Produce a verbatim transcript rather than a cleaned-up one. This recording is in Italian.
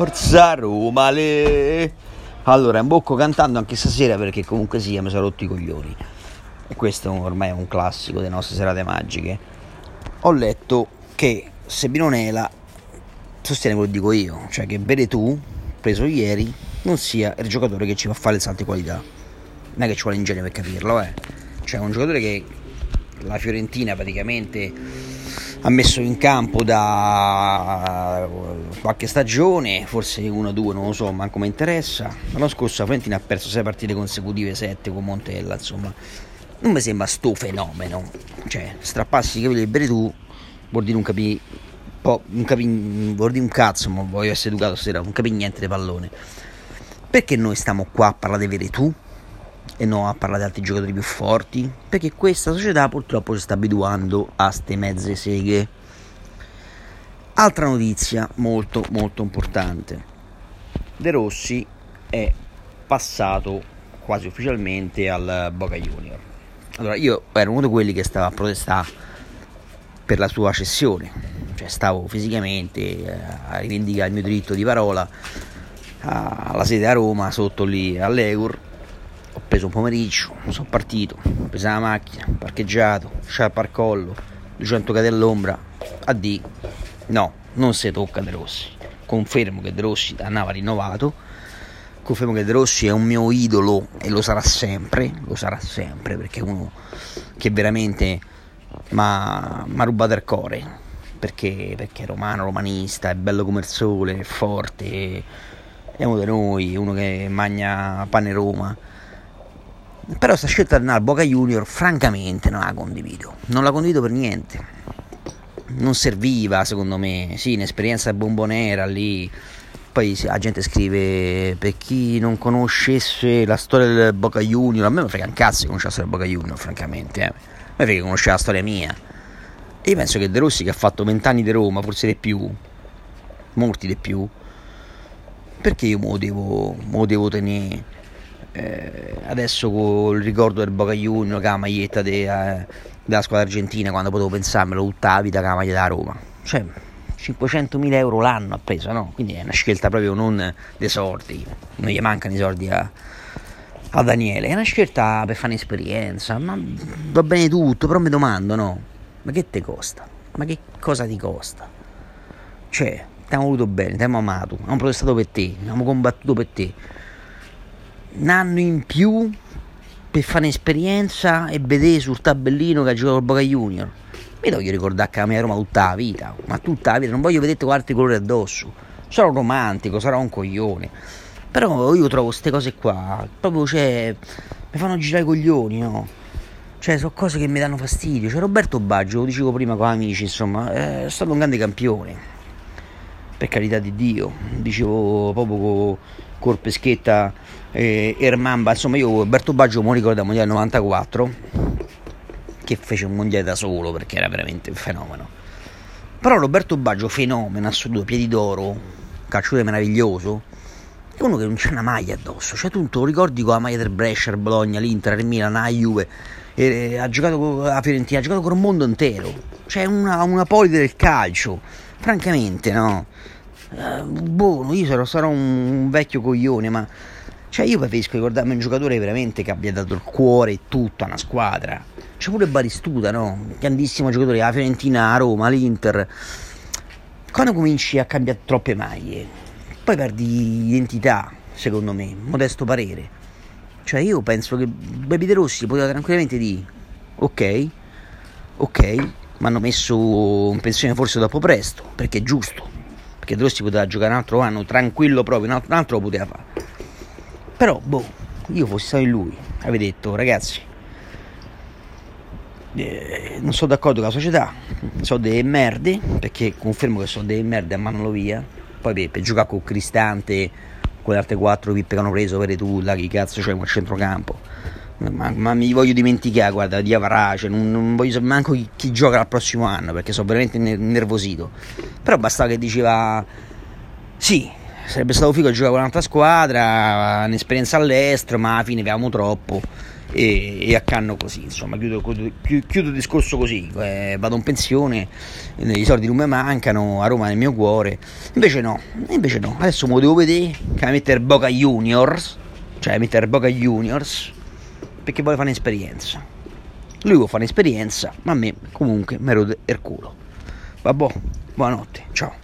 Forza Roma le. Allora, imbocco cantando anche stasera perché comunque sia mi sono rotto i coglioni. E questo ormai è un classico delle nostre serate magiche. Ho letto che Sebinonela sostiene quello che dico io, cioè che Veretù, preso ieri, non sia il giocatore che ci fa fare il salto di qualità. Non è che ci vuole ingegno per capirlo, eh. Cioè un giocatore che la Fiorentina praticamente ha messo in campo da qualche stagione, forse uno o due, non lo so, manco mi interessa. L'anno scorso la Fiorentina ha perso sei partite consecutive, sette con Montella, insomma. Non mi sembra sto fenomeno. Cioè, strappassi i capelli di Veretù vuol dire un capì po', un capì, vuol dire un cazzo, ma voglio essere educato stasera, non capì niente di pallone. Perché noi stiamo qua a parlare di Veretù e non a parlare di altri giocatori più forti? Perché questa società purtroppo si sta abituando a ste mezze seghe. Altra notizia molto molto importante: De Rossi è passato quasi ufficialmente al Boca Junior. Allora, io ero uno di quelli che stava a protestare per la sua cessione, cioè stavo fisicamente eh, a rivendicare il mio diritto di parola alla sede a Roma, sotto lì all'Eur. Ho preso un pomeriggio, sono partito, ho preso la macchina, parcheggiato, sciarpa al collo, duecento cade all'ombra, a D. No, non si tocca De Rossi. Confermo che De Rossi andava rinnovato, confermo che De Rossi è un mio idolo e lo sarà sempre, lo sarà sempre, perché è uno che veramente mi ha rubato il cuore, perché, perché è romano, romanista, è bello come il sole, è forte, è uno di noi, uno che mangia pane Roma. Però sta scelta di andare al Boca Junior francamente non la condivido, non la condivido per niente. Non serviva, secondo me. Sì, un'esperienza bombonera lì. Poi la gente scrive: per chi non conoscesse la storia del Boca Junior, a me mi frega un cazzo che conosce la storia del Boca Junior, francamente, eh. A me frega che conosce la storia mia. E io penso che De Rossi, che ha fatto vent'anni di Roma, forse di più, molti di più, perché io me lo devo, me lo devo tenere eh, adesso con il ricordo del Boca Junior, che ha la maglietta de, eh, della squadra argentina, quando potevo pensarmelo tutta la vita che ha la maglia della Roma. Cioè cinquecentomila euro l'anno ha preso, no? Quindi è una scelta proprio non dei soldi, non gli mancano i soldi a, a Daniele, è una scelta per fare un'esperienza. Ma va bene tutto, però mi domando, no? Ma che te costa? Ma che cosa ti costa? Cioè, ti abbiamo voluto bene, ti abbiamo amato, abbiamo protestato per te, abbiamo combattuto per te. Un anno in più per fare un'esperienza e vedere sul tabellino che ha giocato al Boca Junior. Mi voglio ricordare che la mia Roma tutta la vita, ma tutta la vita, non voglio vedere con altri colori addosso. Sarò romantico, sarò un coglione, però io trovo queste cose qua proprio, cioè, mi fanno girare i coglioni, no? Cioè, sono cose che mi danno fastidio. Cioè, Roberto Baggio, lo dicevo prima con amici, insomma, è stato un grande campione, per carità di Dio. Dicevo proprio con col Peschetta e Ermamba, insomma, io Roberto Baggio mi ricordo al mondiale novantaquattro, che fece un mondiale da solo perché era veramente un fenomeno. Però Roberto Baggio, fenomeno assoluto, piedi d'oro, calciatore meraviglioso, è uno che non c'ha una maglia addosso. Cioè, tu te lo ricordi con la maglia del Brescia, il Bologna, l'Inter, il Milan, la Juve, e ha giocato con la Fiorentina, ha giocato con il mondo intero. Cioè, una, una polide del calcio, francamente, no? Uh, boh, io sarò, sarò un, un vecchio coglione, ma cioè io preferisco ricordarmi un giocatore veramente che abbia dato il cuore e tutto a una squadra. C'è pure Baristuta, no? Grandissimo giocatore, la Fiorentina, a Roma, l'Inter. Quando cominci a cambiare troppe maglie, poi perdi identità, secondo me, modesto parere. Cioè io penso che Baby De Rossi poteva tranquillamente dire: ok, ok, mi hanno messo in pensione forse troppo presto, perché è giusto, perché De Rossi poteva giocare un altro anno tranquillo proprio, un altro, un altro lo poteva fare. Però, boh, io fossi stato in lui, avevo detto: ragazzi, eh, non sono d'accordo con la società, sono delle merde, perché confermo che sono delle merde, a mandalo via. Poi per, per giocare con Cristante, con le altre quattro pippe che hanno preso, per tu, là, che cazzo c'è un centrocampo? Ma, ma mi voglio dimenticare, guarda, di Avarà, cioè, non, non voglio sapere manco chi, chi gioca al prossimo anno, perché sono veramente nervosito. Però bastava che diceva: sì, sarebbe stato figo giocare con un'altra squadra, un'esperienza all'estero, ma alla fine avevamo troppo e, e accanno così, insomma, chiudo, chiudo, chiudo il discorso così, eh, vado in pensione, eh, i soldi non mi mancano, a Roma nel mio cuore, invece no, invece no, adesso me lo devo vedere, che mi mettere Boca Juniors, cioè mettere Boca Juniors, perché vuole fare un'esperienza, lui vuole fare un'esperienza, ma a me comunque mi rode il culo, vabbè, buonanotte, ciao.